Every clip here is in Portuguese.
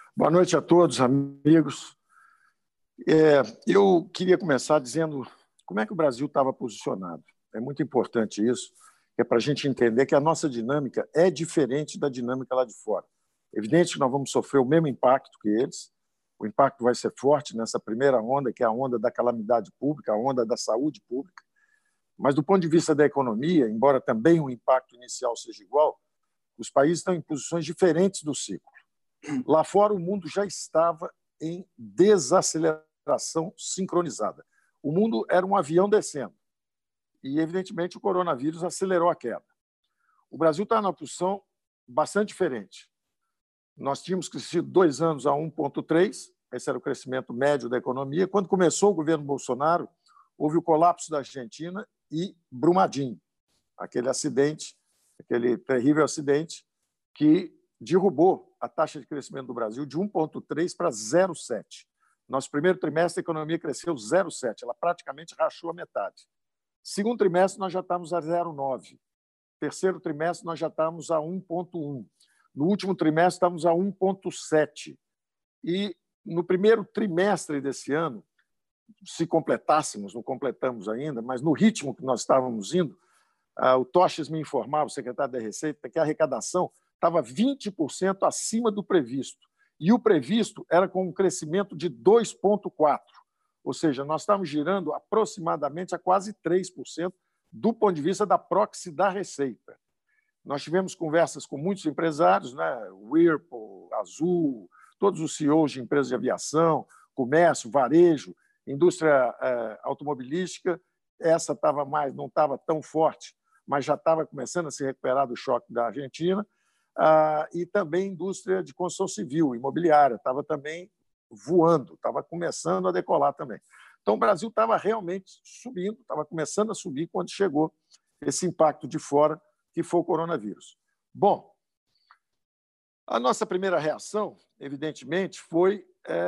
Boa noite a todos, amigos. Eu queria começar dizendo como é que o Brasil estava posicionado. É muito importante isso, que é para a gente entender que a nossa dinâmica é diferente da dinâmica lá de fora. É evidente que nós vamos sofrer o mesmo impacto que eles. O impacto vai ser forte nessa primeira onda, que é a onda da calamidade pública, a onda da saúde pública. Mas, do ponto de vista da economia, embora também o impacto inicial seja igual, os países estão em posições diferentes do ciclo. Lá fora, o mundo já estava em desaceleração sincronizada. O mundo era um avião descendo e, evidentemente, o coronavírus acelerou a queda. O Brasil está numa posição bastante diferente. Nós tínhamos crescido 2 anos a 1,3%, esse era o crescimento médio da economia. Quando começou o governo Bolsonaro, houve o colapso da Argentina e Brumadinho, aquele acidente, aquele terrível acidente que derrubou a taxa de crescimento do Brasil de 1,3% para 0,7%. Nosso primeiro trimestre, a economia cresceu 0,7%, ela praticamente rachou a metade. Segundo trimestre, nós já estamos a 0,9%. Terceiro trimestre, nós já estamos a 1,1%. No último trimestre, estamos a 1,7%. E no primeiro trimestre desse ano, se completássemos, não completamos ainda, mas no ritmo que nós estávamos indo, o Toches me informava, o secretário da Receita, que a arrecadação estava 20% acima do previsto. E o previsto era com um crescimento de 2,4%. Ou seja, nós estamos girando aproximadamente a quase 3% do ponto de vista da proxy da Receita. Nós tivemos conversas com muitos empresários, né? Whirlpool, Azul, todos os CEOs de empresas de aviação, comércio, varejo, indústria automobilística. Essa estava mais, não estava tão forte, mas já estava começando a se recuperar do choque da Argentina. E também indústria de construção civil, imobiliária, estava também voando, estava começando a decolar também. Então, o Brasil estava realmente subindo, estava começando a subir quando chegou esse impacto de fora, que foi o coronavírus. Bom, a nossa primeira reação, evidentemente, foi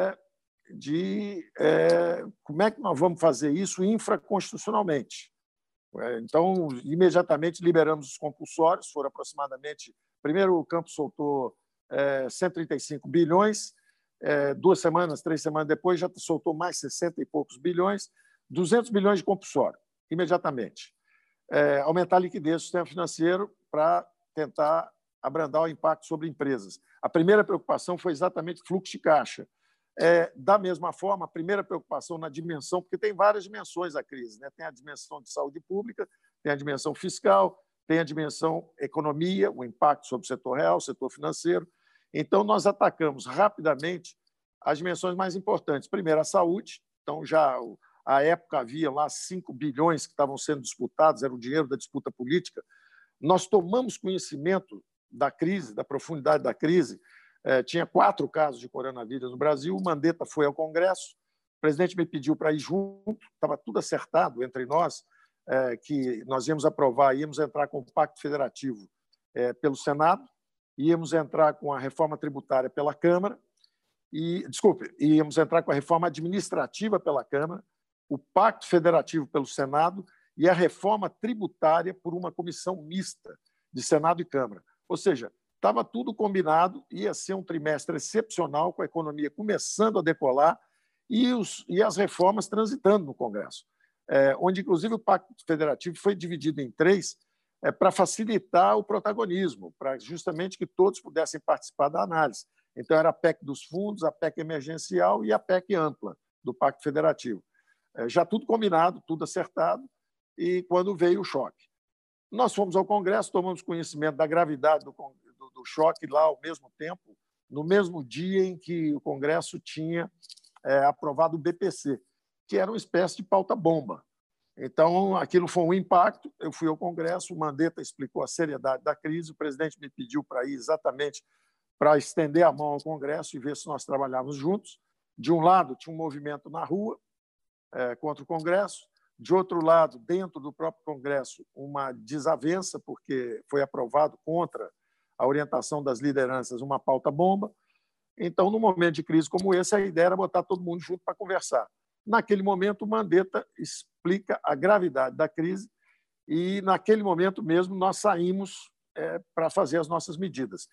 como é que nós vamos fazer isso infraconstitucionalmente. Então, imediatamente liberamos os compulsórios, foram aproximadamente... Primeiro, o campo soltou 135 bilhões, 2 semanas, 3 semanas depois, já soltou mais 60 e poucos bilhões, 200 bilhões de compulsório, imediatamente. Aumentar a liquidez do sistema financeiro para tentar abrandar o impacto sobre empresas. A primeira preocupação foi exatamente fluxo de caixa. Da mesma forma, a primeira preocupação na dimensão, porque tem várias dimensões a crise, né? Tem a dimensão de saúde pública, tem a dimensão fiscal, tem a dimensão economia, o impacto sobre o setor real, o setor financeiro. Então, nós atacamos rapidamente as dimensões mais importantes. Primeiro, a saúde. Então, já à época havia lá 5 bilhões que estavam sendo disputados, era o dinheiro da disputa política. Nós tomamos conhecimento da crise, da profundidade da crise. Tinha 4 casos de coronavírus no Brasil, o Mandetta foi ao Congresso, o presidente me pediu para ir junto, estava tudo acertado entre nós, que nós íamos aprovar, íamos entrar com o Pacto Federativo pelo Senado, íamos entrar com a reforma tributária pela Câmara, íamos entrar com a reforma administrativa pela Câmara, o Pacto Federativo pelo Senado e a reforma tributária por uma comissão mista de Senado e Câmara. Ou seja, estava tudo combinado, ia ser um trimestre excepcional, com a economia começando a decolar e as reformas transitando no Congresso, onde, inclusive, o Pacto Federativo foi dividido em 3 para facilitar o protagonismo, para justamente que todos pudessem participar da análise. Então, era a PEC dos fundos, a PEC emergencial e a PEC ampla do Pacto Federativo. Já tudo combinado, tudo acertado, e quando veio o choque. Nós fomos ao Congresso, tomamos conhecimento da gravidade do choque lá ao mesmo tempo, no mesmo dia em que o Congresso tinha aprovado o BPC, que era uma espécie de pauta-bomba. Então, aquilo foi um impacto. Eu fui ao Congresso, o Mandetta explicou a seriedade da crise, o presidente me pediu para ir exatamente para estender a mão ao Congresso e ver se nós trabalhávamos juntos. De um lado, tinha um movimento na rua contra o Congresso, de outro lado, dentro do próprio Congresso, uma desavença, porque foi aprovado contra a orientação das lideranças uma pauta-bomba. Então, num momento de crise como esse, a ideia era botar todo mundo junto para conversar. Naquele momento, o Mandetta explica a gravidade da crise e, naquele momento mesmo, nós saímos para fazer as nossas medidas.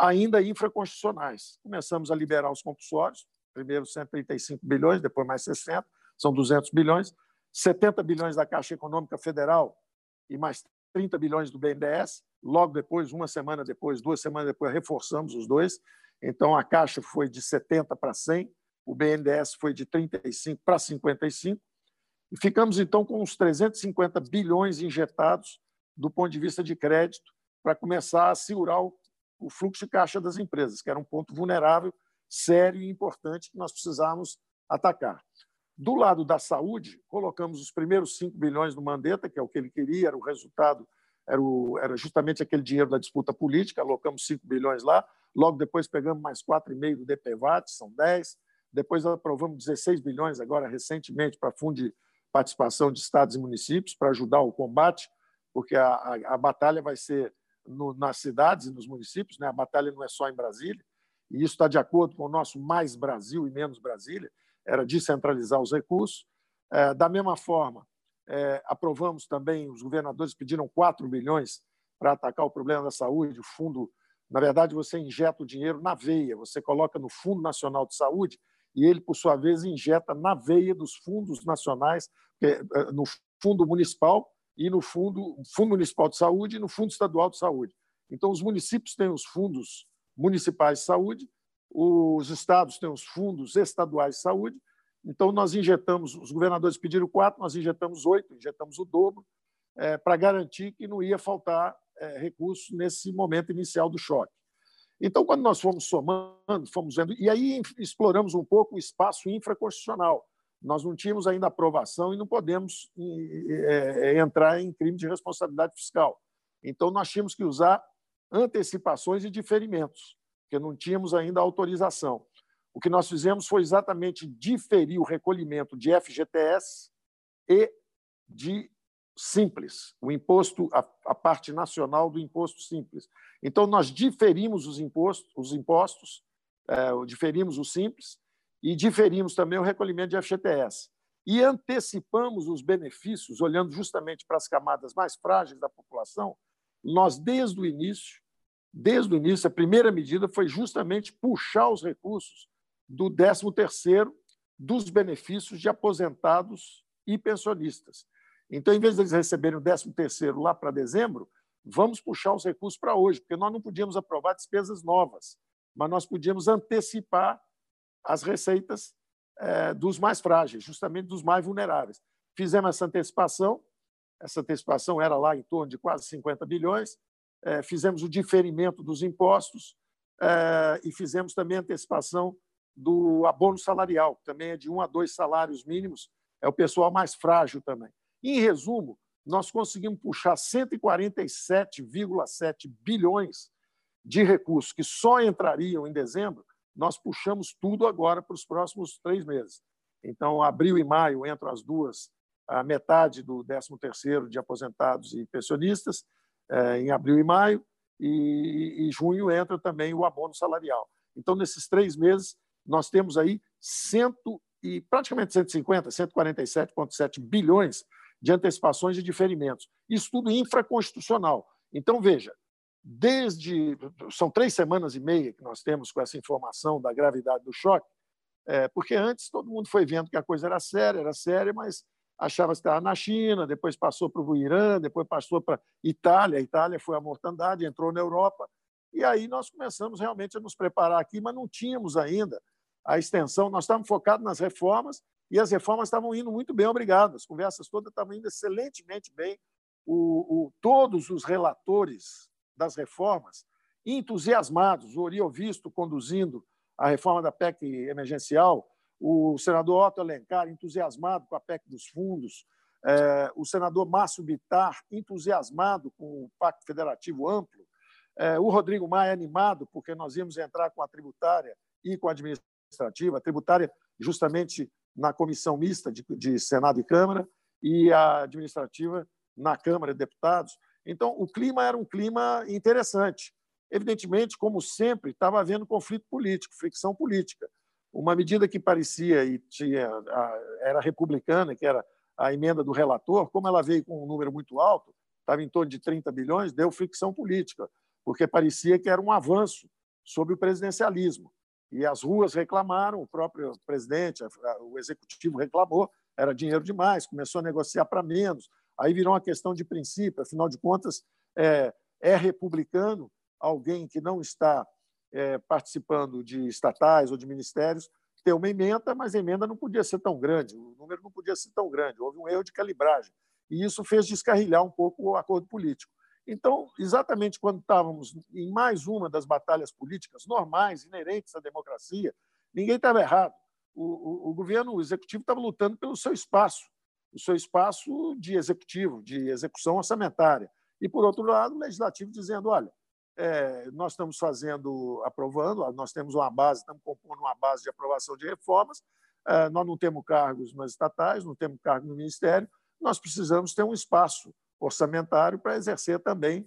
ainda infraconstitucionais. Começamos a liberar os compulsórios, primeiro 135 bilhões, depois mais 60, são 200 bilhões, 70 bilhões da Caixa Econômica Federal e mais 30 bilhões do BNDES. Logo depois, uma semana depois, 2 semanas depois, reforçamos os dois. Então, a Caixa foi de 70 para 100, o BNDES foi de 35 para 55, e ficamos, então, com uns 350 bilhões injetados do ponto de vista de crédito para começar a segurar o fluxo de caixa das empresas, que era um ponto vulnerável, sério e importante que nós precisávamos atacar. Do lado da saúde, colocamos os primeiros 5 bilhões do Mandetta, que é o que ele queria, era o resultado, era justamente aquele dinheiro da disputa política, alocamos 5 bilhões lá, logo depois pegamos mais 4,5 do DPVAT, são 10, depois aprovamos 16 bilhões agora recentemente para fundo de participação de estados e municípios, para ajudar o combate, porque a batalha vai ser nas cidades e nos municípios, né? A batalha não é só em Brasília, e isso está de acordo com o nosso mais Brasil e menos Brasília, era descentralizar os recursos. Da mesma forma, aprovamos também, os governadores pediram 4 bilhões para atacar o problema da saúde, o fundo, na verdade, você injeta o dinheiro na veia, você coloca no Fundo Nacional de Saúde e ele, por sua vez, injeta na veia dos fundos nacionais, no Fundo Municipal e no Fundo Municipal de Saúde e no Fundo Estadual de Saúde. Então, os municípios têm os fundos municipais de saúde, os estados têm os fundos estaduais de saúde. Então, nós injetamos, os governadores pediram 4, nós injetamos 8, injetamos o dobro, para garantir que não ia faltar recursos nesse momento inicial do choque. Então, quando nós fomos somando, fomos vendo, e aí exploramos um pouco o espaço infraconstitucional. Nós não tínhamos ainda aprovação e não podemos entrar em crime de responsabilidade fiscal. Então, nós tínhamos que usar antecipações e diferimentos, porque não tínhamos ainda autorização. O que nós fizemos foi exatamente diferir o recolhimento de FGTS e de Simples, o imposto, a parte nacional do imposto Simples. Então, nós diferimos os impostos, diferimos o Simples e diferimos também o recolhimento de FGTS. E antecipamos os benefícios, olhando justamente para as camadas mais frágeis da população. Nós, desde o início, a primeira medida foi justamente puxar os recursos do 13º dos benefícios de aposentados e pensionistas. Então, em vez de eles receberem o 13º lá para dezembro, vamos puxar os recursos para hoje, porque nós não podíamos aprovar despesas novas, mas nós podíamos antecipar as receitas dos mais frágeis, justamente dos mais vulneráveis. Fizemos essa antecipação era lá em torno de quase 50 bilhões, fizemos o diferimento dos impostos e fizemos também a antecipação do abono salarial, que também é de 1 a 2 salários mínimos, é o pessoal mais frágil também. Em resumo, nós conseguimos puxar 147,7 bilhões de recursos que só entrariam em dezembro, nós puxamos tudo agora para os próximos 3 meses. Então, abril e maio entram as duas, a metade do 13º de aposentados e pensionistas, em abril e maio, e junho entra também o abono salarial. Então, nesses 3 meses, nós temos aí praticamente 147,7 bilhões de antecipações e diferimentos. Isso tudo infraconstitucional. Então, veja, são 3 semanas e meia que nós temos com essa informação da gravidade do choque, porque antes todo mundo foi vendo que a coisa era séria, mas achava que estava na China, depois passou para o Irã, depois passou para a Itália. A Itália foi a mortandade, entrou na Europa, e aí nós começamos realmente a nos preparar aqui, mas não tínhamos ainda a extensão. Nós estávamos focados nas reformas, e as reformas estavam indo muito bem, obrigado. As conversas todas estavam indo excelentemente bem. Todos os relatores das reformas entusiasmados, o Oriovisto conduzindo a reforma da PEC emergencial, o senador Otto Alencar entusiasmado com a PEC dos fundos, o senador Márcio Bittar entusiasmado com o Pacto Federativo Amplo, o Rodrigo Maia animado porque nós íamos entrar com a tributária e com a administrativa, a tributária justamente na comissão mista de Senado e Câmara e a administrativa na Câmara de Deputados. Então, o clima era um clima interessante. Evidentemente, como sempre, estava havendo conflito político, fricção política. Uma medida que parecia era republicana, que era a emenda do relator, como ela veio com um número muito alto, estava em torno de 30 bilhões, deu fricção política, porque parecia que era um avanço sob o presidencialismo. E as ruas reclamaram, o próprio presidente, o executivo reclamou, era dinheiro demais, começou a negociar para menos. Aí virou uma questão de princípio, afinal de contas, é republicano alguém que não está participando de estatais ou de ministérios ter uma emenda, mas a emenda não podia ser tão grande, o número não podia ser tão grande, houve um erro de calibragem. E isso fez descarrilhar um pouco o acordo político. Então, exatamente quando estávamos em mais uma das batalhas políticas normais, inerentes à democracia, ninguém estava errado. O governo, o executivo, estava lutando pelo seu espaço, o seu espaço de executivo, de execução orçamentária. E, por outro lado, o legislativo dizendo, olha, nós estamos aprovando, nós temos uma base, estamos compondo uma base de aprovação de reformas, nós não temos cargos nas estatais, não temos cargo no Ministério, nós precisamos ter um espaço orçamentário para exercer também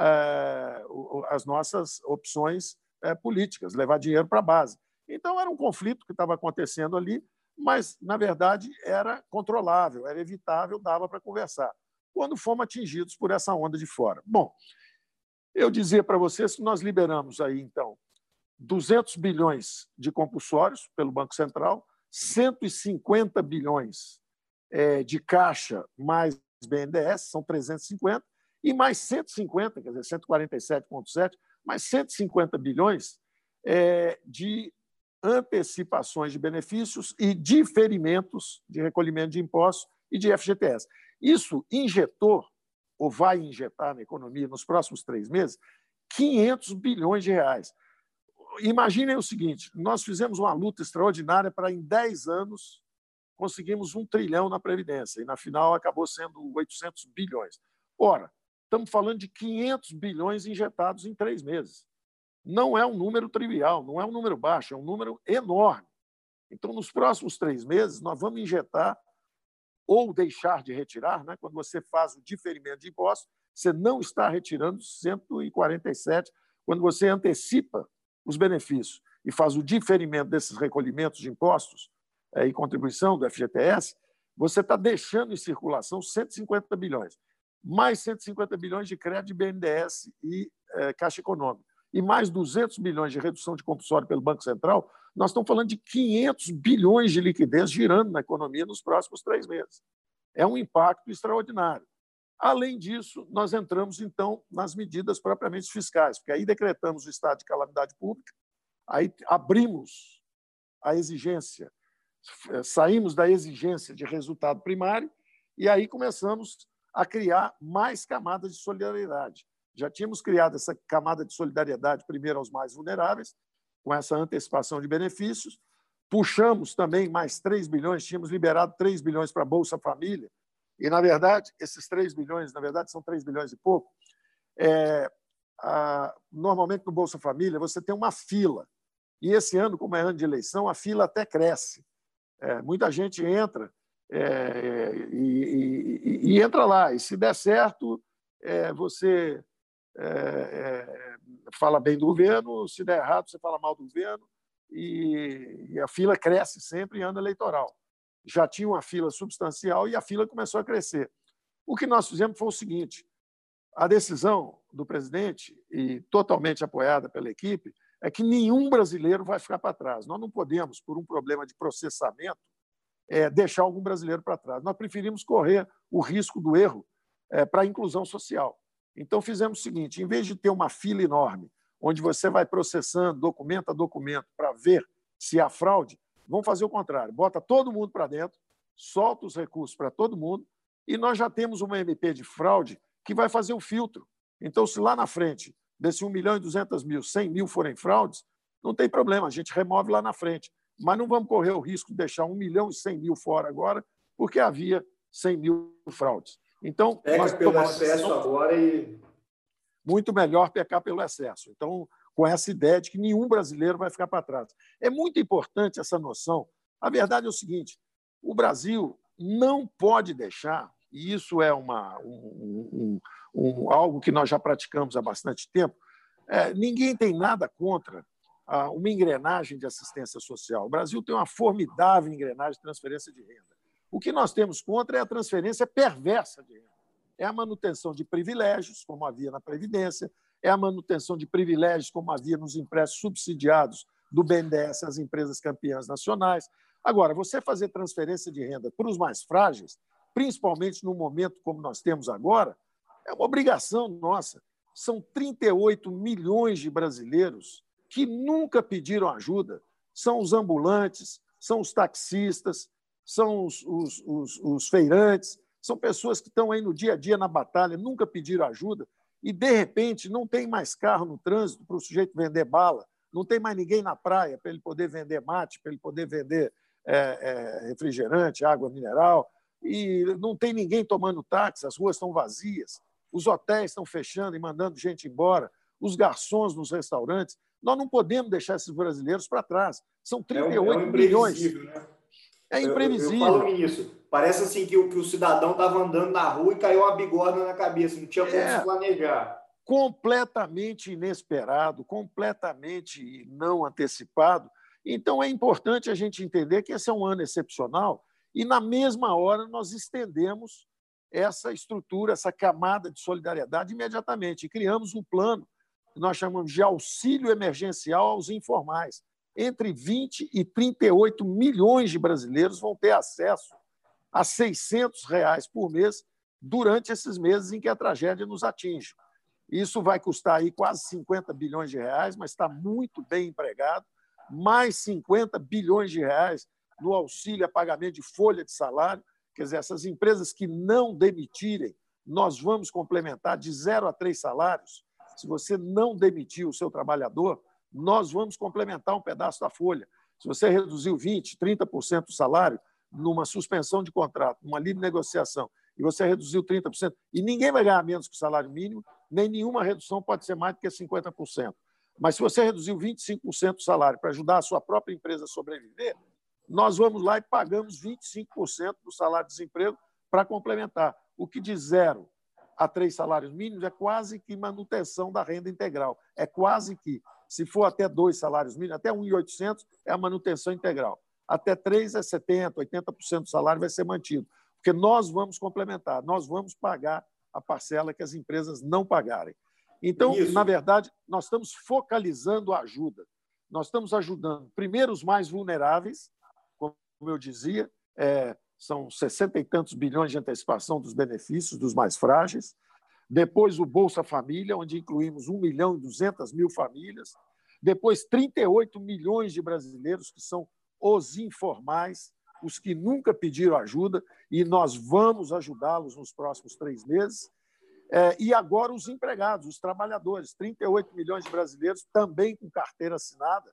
as nossas opções políticas, levar dinheiro para a base. Então, era um conflito que estava acontecendo ali, mas, na verdade, era controlável, era evitável, dava para conversar, quando fomos atingidos por essa onda de fora. Bom, eu dizia para vocês que nós liberamos aí, então, 200 bilhões de compulsórios pelo Banco Central, 150 bilhões de caixa mais BNDES, são 350, e mais 150, quer dizer, 147,7, mais 150 bilhões de antecipações de benefícios e diferimentos de recolhimento de impostos e de FGTS. Isso injetou, ou vai injetar na economia nos próximos 3 meses, 500 bilhões de reais. Imaginem o seguinte, nós fizemos uma luta extraordinária para, em 10 anos, conseguimos 1 trilhão na Previdência, e, na final, acabou sendo 800 bilhões. Ora, estamos falando de 500 bilhões injetados em 3 meses. Não é um número trivial, não é um número baixo, é um número enorme. Então, nos próximos 3 meses, nós vamos injetar ou deixar de retirar, né? Quando você faz o diferimento de impostos, você não está retirando 147. Quando você antecipa os benefícios e faz o diferimento desses recolhimentos de impostos e contribuição do FGTS, você está deixando em circulação 150 bilhões, mais 150 bilhões de crédito de BNDES e Caixa Econômica, e mais 200 bilhões de redução de compulsório pelo Banco Central, nós estamos falando de 500 bilhões de liquidez girando na economia nos próximos 3 meses. É um impacto extraordinário. Além disso, nós entramos, então, nas medidas propriamente fiscais, porque aí decretamos o estado de calamidade pública, aí abrimos a exigência, saímos da exigência de resultado primário e aí começamos a criar mais camadas de solidariedade. Já tínhamos criado essa camada de solidariedade primeiro aos mais vulneráveis, com essa antecipação de benefícios, puxamos também mais 3 bilhões, tínhamos liberado 3 bilhões para a Bolsa Família, e, na verdade, esses 3 bilhões, na verdade, são 3 bilhões e pouco. Normalmente, no Bolsa Família, você tem uma fila, e esse ano, como é ano de eleição, a fila até cresce. Muita gente entra e entra lá, e se der certo, você fala bem do governo, se der errado, você fala mal do governo, e a fila cresce sempre em ano eleitoral. Já tinha uma fila substancial e a fila começou a crescer. O que nós fizemos foi o seguinte, a decisão do presidente, e totalmente apoiada pela equipe, é que nenhum brasileiro vai ficar para trás. Nós não podemos, por um problema de processamento, deixar algum brasileiro para trás. Nós preferimos correr o risco do erro para a inclusão social. Então, fizemos o seguinte, em vez de ter uma fila enorme, onde você vai processando documento a documento para ver se há fraude, vamos fazer o contrário. Bota todo mundo para dentro, solta os recursos para todo mundo e nós já temos uma MP de fraude que vai fazer o filtro. Então, se lá na frente, desse 1.200.000, 100 mil forem fraudes, não tem problema, a gente remove lá na frente. Mas não vamos correr o risco de deixar 1.100.000 fora agora, porque havia 100 mil fraudes. Então, nós pelo excesso agora e... Muito melhor pecar pelo excesso. Então, com essa ideia de que nenhum brasileiro vai ficar para trás. É muito importante essa noção. A verdade é o seguinte, o Brasil não pode deixar, e isso é algo que nós já praticamos há bastante tempo, ninguém tem nada contra uma engrenagem de assistência social. O Brasil tem uma formidável engrenagem de transferência de renda. O que nós temos contra é a transferência perversa de renda. É a manutenção de privilégios, como havia na Previdência, é a manutenção de privilégios, como havia nos empréstimos subsidiados do BNDES às empresas campeãs nacionais. Agora, você fazer transferência de renda para os mais frágeis, principalmente num momento como nós temos agora, é uma obrigação nossa. São 38 milhões de brasileiros que nunca pediram ajuda. São os ambulantes, são os taxistas, são os feirantes, são pessoas que estão aí no dia a dia na batalha, nunca pediram ajuda e, de repente, não tem mais carro no trânsito para o sujeito vender bala, não tem mais ninguém na praia para ele poder vender mate, para ele poder vender refrigerante, água mineral, e não tem ninguém tomando táxi, as ruas estão vazias, os hotéis estão fechando e mandando gente embora, os garçons nos restaurantes. Nós não podemos deixar esses brasileiros para trás. São 38 milhões. Né? É imprevisível. Eu falo nisso. Parece assim que o cidadão estava andando na rua e caiu uma bigorna na cabeça, não tinha como se planejar. Completamente inesperado, completamente não antecipado. Então, é importante a gente entender que esse é um ano excepcional e, na mesma hora, nós estendemos essa estrutura, essa camada de solidariedade imediatamente. E criamos um plano que nós chamamos de auxílio emergencial aos informais. Entre 20 e 38 milhões de brasileiros vão ter acesso a R$ 600 por mês durante esses meses em que a tragédia nos atinge. Isso vai custar aí quase 50 bilhões de reais, mas está muito bem empregado. Mais 50 bilhões de reais no auxílio a pagamento de folha de salário. Quer dizer, essas empresas que não demitirem, nós vamos complementar de 0 a 3 salários. Se você não demitir o seu trabalhador, nós vamos complementar um pedaço da folha. Se você reduziu 20%, 30% do salário numa suspensão de contrato, numa livre negociação, e você reduziu 30%, e ninguém vai ganhar menos que o salário mínimo, nem nenhuma redução pode ser mais do que 50%. Mas se você reduziu 25% do salário para ajudar a sua própria empresa a sobreviver, nós vamos lá e pagamos 25% do salário de desemprego para complementar. O que de 0 a 3 salários mínimos é quase que manutenção da renda integral. É quase que, se for até 2 salários mínimos, até 1.800 é a manutenção integral. Até 3 é 70%, 80% do salário vai ser mantido. Porque nós vamos complementar, nós vamos pagar a parcela que as empresas não pagarem. Então, na verdade, nós estamos focalizando a ajuda. Nós estamos ajudando, primeiro, os mais vulneráveis, como eu dizia, são 60 e tantos bilhões de antecipação dos benefícios dos mais frágeis. Depois, o Bolsa Família, onde incluímos 1.200.000 famílias. Depois, 38 milhões de brasileiros, que são os informais, os que nunca pediram ajuda, e nós vamos ajudá-los nos próximos 3 meses. E agora os empregados, os trabalhadores, 38 milhões de brasileiros também com carteira assinada,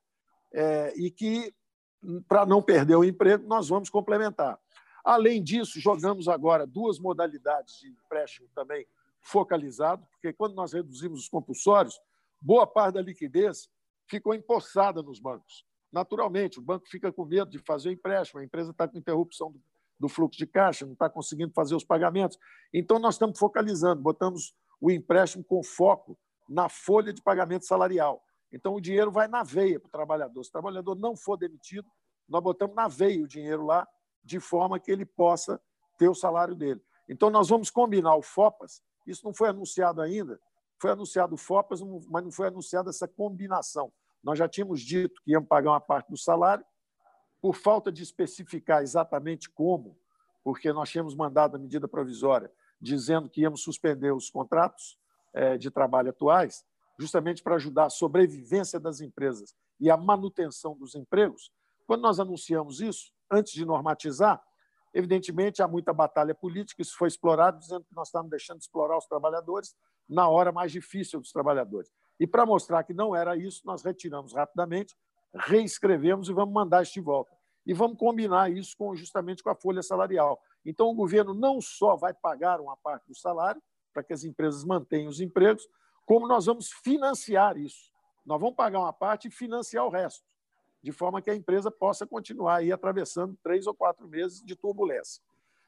e que, para não perder o emprego, nós vamos complementar. Além disso, jogamos agora 2 modalidades de empréstimo também focalizado, porque quando nós reduzimos os compulsórios, boa parte da liquidez ficou empossada nos bancos. Naturalmente, o banco fica com medo de fazer o empréstimo, a empresa está com interrupção do fluxo de caixa, não está conseguindo fazer os pagamentos. Então, nós estamos focalizando, botamos o empréstimo com foco na folha de pagamento salarial. Então, o dinheiro vai na veia para o trabalhador. Se o trabalhador não for demitido, nós botamos na veia o dinheiro lá, de forma que ele possa ter o salário dele. Então, nós vamos combinar o FOPAS. Isso não foi anunciado ainda. Foi anunciado o FOPAS, mas não foi anunciada essa combinação. Nós já tínhamos dito que íamos pagar uma parte do salário, por falta de especificar exatamente como, porque nós tínhamos mandado a medida provisória dizendo que íamos suspender os contratos de trabalho atuais, justamente para ajudar a sobrevivência das empresas e a manutenção dos empregos. Quando nós anunciamos isso, antes de normatizar, evidentemente há muita batalha política, isso foi explorado, dizendo que nós estávamos deixando de explorar os trabalhadores na hora mais difícil dos trabalhadores. E para mostrar que não era isso, nós retiramos rapidamente, reescrevemos e vamos mandar isso de volta. E vamos combinar isso justamente com a folha salarial. Então, o governo não só vai pagar uma parte do salário, para que as empresas mantenham os empregos, como nós vamos financiar isso. Nós vamos pagar uma parte e financiar o resto, de forma que a empresa possa continuar aí atravessando 3 ou 4 meses de turbulência.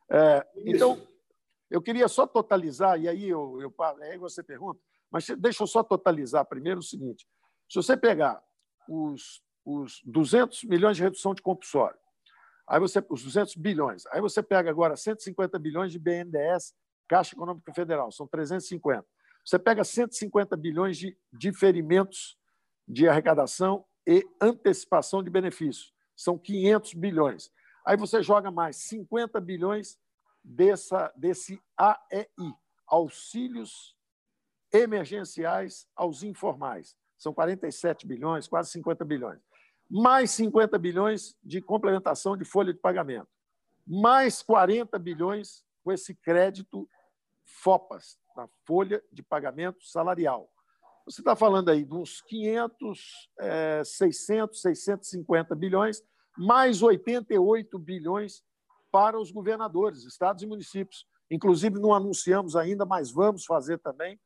Então, eu queria só totalizar, e aí aí você pergunta, mas deixa eu só totalizar primeiro o seguinte: se você pegar os 200 milhões de redução de compulsório, aí os 200 bilhões, aí você pega agora 150 bilhões de BNDES, Caixa Econômica Federal, são 350. Você pega 150 bilhões de diferimentos de arrecadação e antecipação de benefícios. São 500 bilhões. Aí você joga mais 50 bilhões desse AEI, auxílios emergenciais aos informais. São 47 bilhões, quase 50 bilhões. Mais 50 bilhões de complementação de folha de pagamento. Mais 40 bilhões com esse crédito FOPAS, na folha de pagamento salarial. Você está falando aí de uns 500, 600, 650 bilhões, mais 88 bilhões para os governadores, estados e municípios. Inclusive, não anunciamos ainda, mas vamos fazer também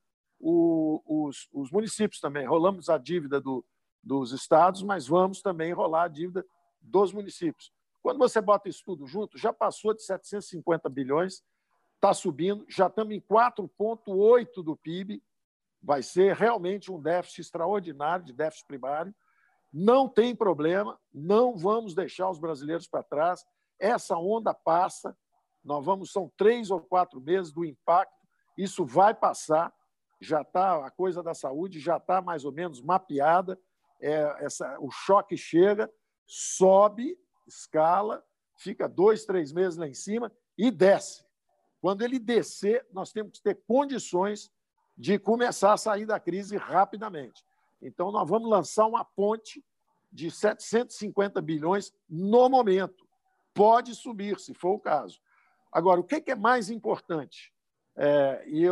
os municípios também. Rolamos a dívida dos estados, mas vamos também enrolar a dívida dos municípios. Quando você bota isso tudo junto, já passou de 750 bilhões, está subindo, já estamos em 4,8% do PIB, vai ser realmente um déficit extraordinário de déficit primário. Não tem problema, não vamos deixar os brasileiros para trás. Essa onda passa, são 3 ou 4 meses do impacto, isso vai passar, já está, a coisa da saúde já está mais ou menos mapeada, o choque chega, sobe, escala, fica 2, 3 meses lá em cima e desce. Quando ele descer, nós temos que ter condições de começar a sair da crise rapidamente. Então, nós vamos lançar uma ponte de 750 bilhões no momento. Pode subir, se for o caso. Agora, o que é mais importante? E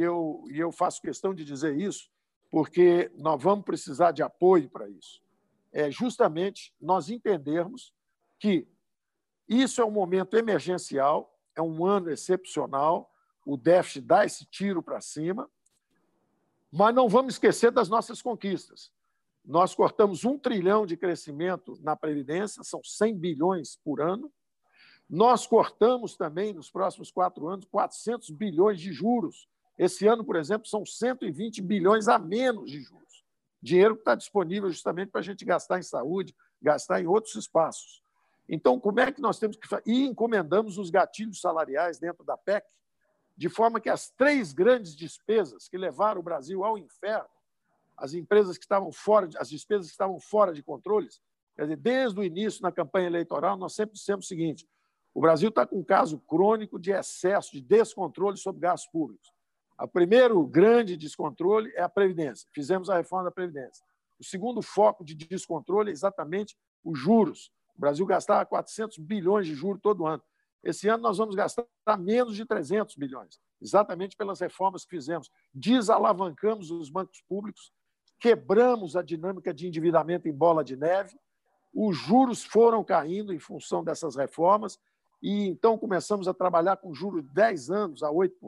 eu faço questão de dizer isso, porque nós vamos precisar de apoio para isso. Justamente nós entendermos que isso é um momento emergencial, é um ano excepcional, o déficit dá esse tiro para cima, mas não vamos esquecer das nossas conquistas. Nós cortamos 1 trilhão de crescimento na Previdência, são 100 bilhões por ano. Nós cortamos também, nos próximos 4 anos, 400 bilhões de juros. Esse ano, por exemplo, são 120 bilhões a menos de juros. Dinheiro que está disponível justamente para a gente gastar em saúde, gastar em outros espaços. Então, como é que nós temos que fazer? E encomendamos os gatilhos salariais dentro da PEC, de forma que as 3 grandes despesas que levaram o Brasil ao inferno, as empresas que estavam fora, as despesas que estavam fora de controles, quer dizer, desde o início na campanha eleitoral, nós sempre dissemos o seguinte: o Brasil está com um caso crônico de excesso, de descontrole sobre gastos públicos. O primeiro grande descontrole é a Previdência. Fizemos a reforma da Previdência. O segundo foco de descontrole é exatamente os juros. O Brasil gastava 400 bilhões de juros todo ano. Esse ano nós vamos gastar menos de 300 bilhões, exatamente pelas reformas que fizemos. Desalavancamos os bancos públicos, quebramos a dinâmica de endividamento em bola de neve, os juros foram caindo em função dessas reformas, e então começamos a trabalhar com juros de 10 anos a 8%,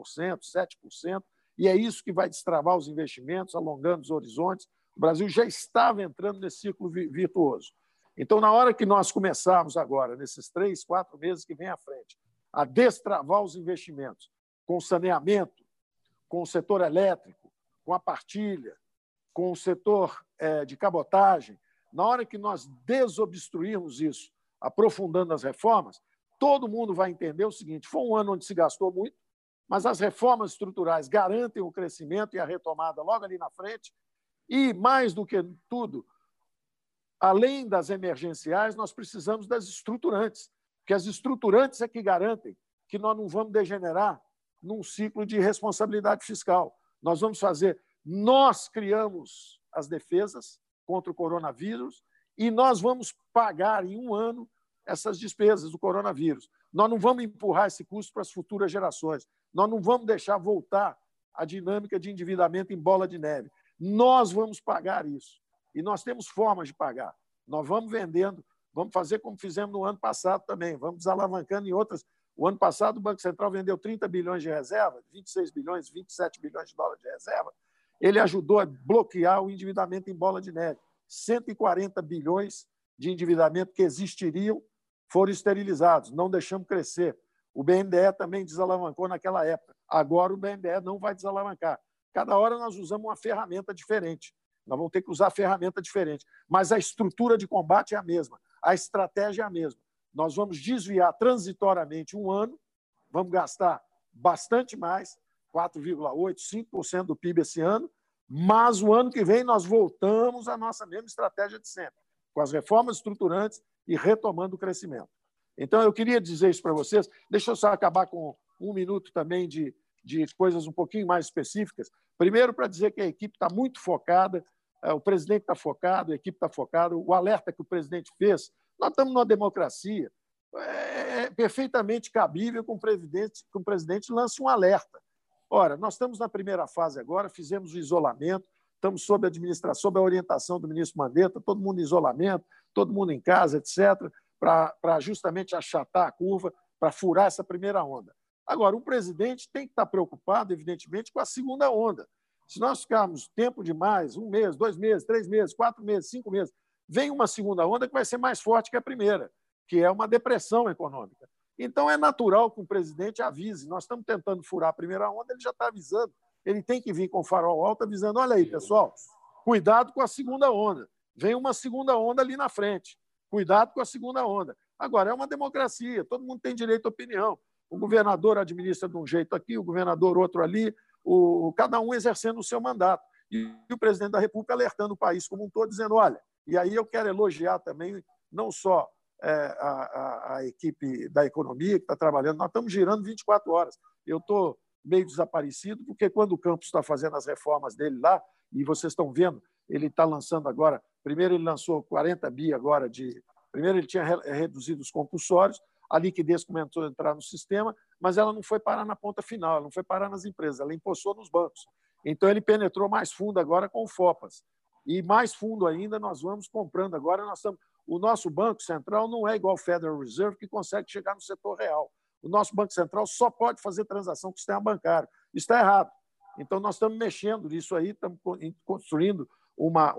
7%, e é isso que vai destravar os investimentos, alongando os horizontes. O Brasil já estava entrando nesse ciclo virtuoso. Então, na hora que nós começarmos agora, nesses 3, 4 meses que vem à frente, a destravar os investimentos com saneamento, com o setor elétrico, com a partilha, com o setor de cabotagem, na hora que nós desobstruirmos isso, aprofundando as reformas, todo mundo vai entender o seguinte: foi um ano onde se gastou muito, mas as reformas estruturais garantem o crescimento e a retomada logo ali na frente, e, mais do que tudo, além das emergenciais, nós precisamos das estruturantes, porque as estruturantes é que garantem que nós não vamos degenerar num ciclo de responsabilidade fiscal. Nós criamos as defesas contra o coronavírus e nós vamos pagar em 1 ano essas despesas do coronavírus. Nós não vamos empurrar esse custo para as futuras gerações. Nós não vamos deixar voltar a dinâmica de endividamento em bola de neve. Nós vamos pagar isso. E nós temos formas de pagar. Nós vamos vendendo, vamos fazer como fizemos no ano passado também, vamos desalavancando em outras. O ano passado, o Banco Central vendeu 30 bilhões de reserva, 26 bilhões, 27 bilhões de dólares de reserva. Ele ajudou a bloquear o endividamento em bola de neve. 140 bilhões de endividamento que existiriam foram esterilizados, não deixamos crescer. O BNDE também desalavancou naquela época. Agora o BNDE não vai desalavancar. Cada hora nós usamos uma ferramenta diferente. Nós vamos ter que usar ferramenta diferente. Mas a estrutura de combate é a mesma, a estratégia é a mesma. Nós vamos desviar transitoriamente 1 ano, vamos gastar bastante mais, 4,8%, 5% do PIB esse ano, mas o ano que vem nós voltamos à nossa mesma estratégia de sempre, com as reformas estruturantes e retomando o crescimento. Então, eu queria dizer isso para vocês. Deixa eu só acabar com 1 minuto também de coisas um pouquinho mais específicas. Primeiro, para dizer que a equipe está muito focada, o presidente está focado, a equipe está focada, o alerta que o presidente fez. Nós estamos numa democracia, é perfeitamente cabível que o presidente lance um alerta. Ora, nós estamos na primeira fase agora, fizemos o isolamento, estamos sob a orientação do ministro Mandetta, todo mundo em isolamento, todo mundo em casa, etc., para justamente achatar a curva, para furar essa primeira onda. Agora, o presidente tem que estar preocupado, evidentemente, com a segunda onda. Se nós ficarmos tempo demais, 1 mês, 2 meses, 3 meses, 4 meses, 5 meses, vem uma segunda onda que vai ser mais forte que a primeira, que é uma depressão econômica. Então, é natural que o presidente avise. Nós estamos tentando furar a primeira onda, ele já está avisando. Ele tem que vir com o farol alto avisando, olha aí, pessoal, cuidado com a segunda onda. Vem uma segunda onda ali na frente. Cuidado com a segunda onda. Agora, é uma democracia, todo mundo tem direito à opinião. O governador administra de um jeito aqui, o governador outro ali, cada um exercendo o seu mandato. E o presidente da República alertando o país como um todo, dizendo, olha, e aí eu quero elogiar também não só a equipe da economia que está trabalhando, nós estamos girando 24 horas. Eu estou meio desaparecido, porque quando o Campos está fazendo as reformas dele lá, e vocês estão vendo, ele está lançando agora, primeiro ele lançou 40 bi agora primeiro ele tinha reduzido os compulsórios, a liquidez começou a entrar no sistema, mas ela não foi parar na ponta final, ela não foi parar nas empresas, ela empossou nos bancos. Então ele penetrou mais fundo agora com o FOPAS. E mais fundo ainda nós vamos comprando agora, o nosso Banco Central não é igual ao Federal Reserve, que consegue chegar no setor real. O nosso Banco Central só pode fazer transação com o sistema bancário. Isso está errado. Então, nós estamos mexendo nisso aí, estamos construindo uma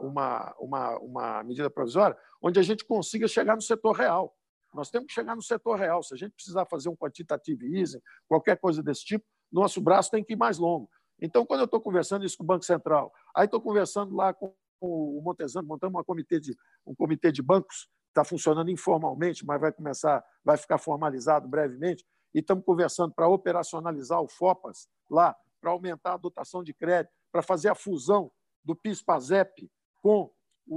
medida provisória onde a gente consiga chegar no setor real. Nós temos que chegar no setor real. Se a gente precisar fazer um quantitative easing, qualquer coisa desse tipo, nosso braço tem que ir mais longo. Então, quando eu estou conversando isso com o Banco Central, aí estou conversando lá com o Montezano, montamos um comitê de bancos, está funcionando informalmente, mas vai ficar formalizado brevemente, e estamos conversando para operacionalizar o FOPAS lá, para aumentar a dotação de crédito, para fazer a fusão do PIS/PASEP com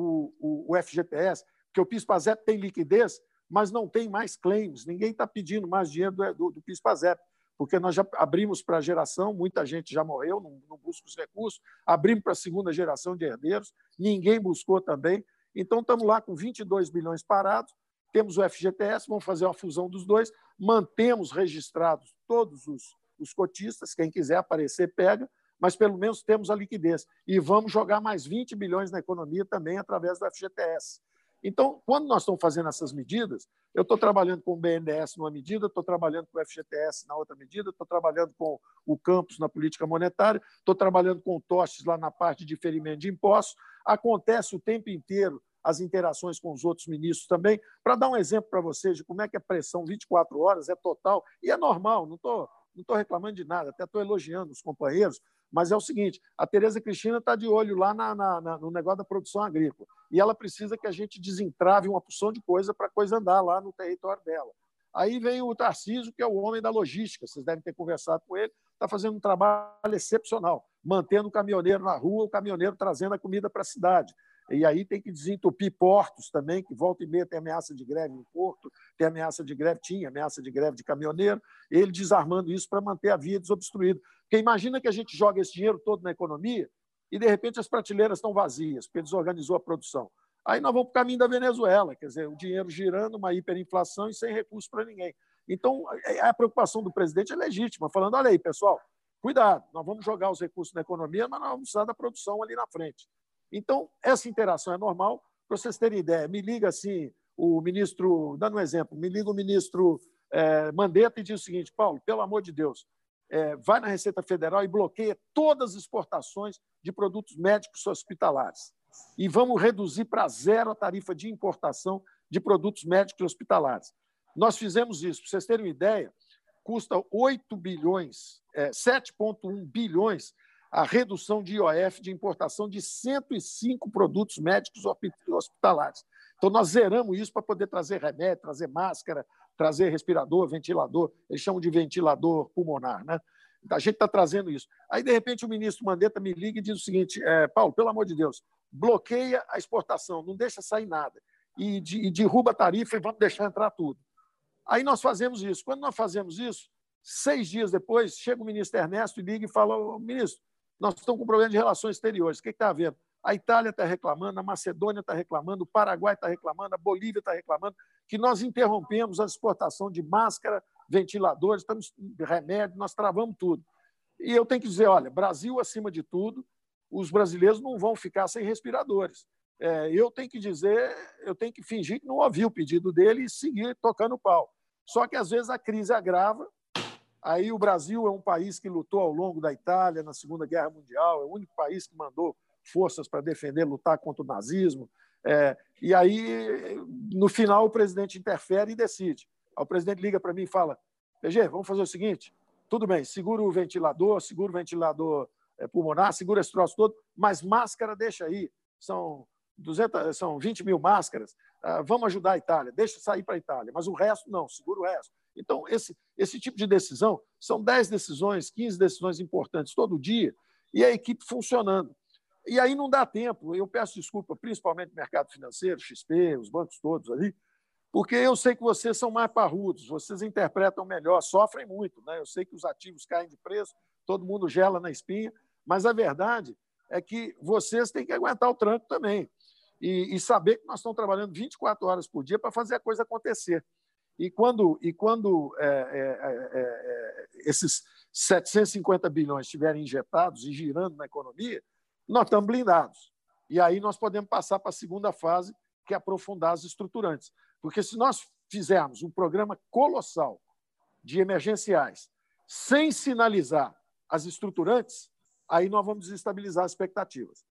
o FGTS, porque o PIS/PASEP tem liquidez, mas não tem mais claims, ninguém está pedindo mais dinheiro do PIS/PASEP, porque nós já abrimos para a geração, muita gente já morreu, não busca os recursos, abrimos para a segunda geração de herdeiros, ninguém buscou também. Então, estamos lá com 22 bilhões parados, temos o FGTS, vamos fazer uma fusão dos dois, mantemos registrados todos os cotistas, quem quiser aparecer, pega, mas pelo menos temos a liquidez. E vamos jogar mais 20 bilhões na economia também através do FGTS. Então, quando nós estamos fazendo essas medidas, eu estou trabalhando com o BNDES numa medida, estou trabalhando com o FGTS na outra medida, estou trabalhando com o Campos na política monetária, estou trabalhando com o Tostes lá na parte de diferimento de impostos. Acontece o tempo inteiro as interações com os outros ministros também. Para dar um exemplo para vocês de como é que a pressão 24 horas é total, e é normal, não estou reclamando de nada, até estou elogiando os companheiros, mas é o seguinte, a Tereza Cristina está de olho lá no negócio da produção agrícola e ela precisa que a gente desentrave uma porção de coisa para a coisa andar lá no território dela. Aí vem o Tarcísio, que é o homem da logística, vocês devem ter conversado com ele, está fazendo um trabalho excepcional, mantendo o caminhoneiro na rua, o caminhoneiro trazendo a comida para a cidade. E aí tem que desentupir portos também, que volta e meia tem ameaça de greve em porto, tinha ameaça de greve de caminhoneiro, ele desarmando isso para manter a via desobstruída. Porque imagina que a gente joga esse dinheiro todo na economia e, de repente, as prateleiras estão vazias, porque desorganizou a produção. Aí nós vamos para o caminho da Venezuela, quer dizer, o dinheiro girando, uma hiperinflação e sem recurso para ninguém. Então, a preocupação do presidente é legítima, falando, olha aí, pessoal, cuidado, nós vamos jogar os recursos na economia, mas nós vamos precisar da produção ali na frente. Então, essa interação é normal. Para vocês terem ideia, me liga assim, o ministro, dando um exemplo, me liga o ministro Mandetta e diz o seguinte, Paulo, pelo amor de Deus, vai na Receita Federal e bloqueia todas as exportações de produtos médicos hospitalares. E vamos reduzir para zero a tarifa de importação de produtos médicos hospitalares. Nós fizemos isso, para vocês terem uma ideia, custa 8 bilhões, 7,1 bilhões a redução de IOF de importação de 105 produtos médicos hospitalares. Então, nós zeramos isso para poder trazer remédio, trazer máscara, trazer respirador, ventilador, eles chamam de ventilador pulmonar, né? A gente está trazendo isso. Aí, de repente, o ministro Mandetta me liga e diz o seguinte: Paulo, pelo amor de Deus, bloqueia a exportação, não deixa sair nada. E derruba a tarifa e vamos deixar entrar tudo. Aí nós fazemos isso. Quando nós fazemos isso, 6 dias depois, chega o ministro Ernesto e liga e fala: ministro, nós estamos com problema de relações exteriores, o que está havendo? A Itália está reclamando, a Macedônia está reclamando, o Paraguai está reclamando, a Bolívia está reclamando que nós interrompemos a exportação de máscara, ventiladores, remédio, nós travamos tudo. E eu tenho que dizer, olha, Brasil acima de tudo, os brasileiros não vão ficar sem respiradores. Eu tenho que dizer, eu tenho que fingir que não ouvi o pedido dele e seguir tocando o pau. Só que, às vezes, a crise agrava. Aí o Brasil é um país que lutou ao longo da Itália na Segunda Guerra Mundial, é o único país que mandou forças para defender, lutar contra o nazismo. E aí, no final, o presidente interfere e decide. Aí o presidente liga para mim e fala: PG, vamos fazer o seguinte, tudo bem, segura o ventilador pulmonar, segura esse troço todo, mas máscara deixa aí, são 20 mil máscaras, vamos ajudar a Itália, deixa sair para a Itália, mas o resto não, segura o resto. Então, esse tipo de decisão, são 10 decisões, 15 decisões importantes todo dia, e a equipe funcionando. E aí não dá tempo, eu peço desculpa, principalmente no mercado financeiro, XP, os bancos todos ali, porque eu sei que vocês são mais parrudos, vocês interpretam melhor, sofrem muito, né? Eu sei que os ativos caem de preço, todo mundo gela na espinha, mas a verdade é que vocês têm que aguentar o tranco também e saber que nós estamos trabalhando 24 horas por dia para fazer a coisa acontecer. E quando esses 750 bilhões estiverem injetados e girando na economia, nós estamos blindados. E aí nós podemos passar para a segunda fase, que é aprofundar as estruturantes. Porque se nós fizermos um programa colossal de emergenciais sem sinalizar as estruturantes, aí nós vamos desestabilizar as expectativas.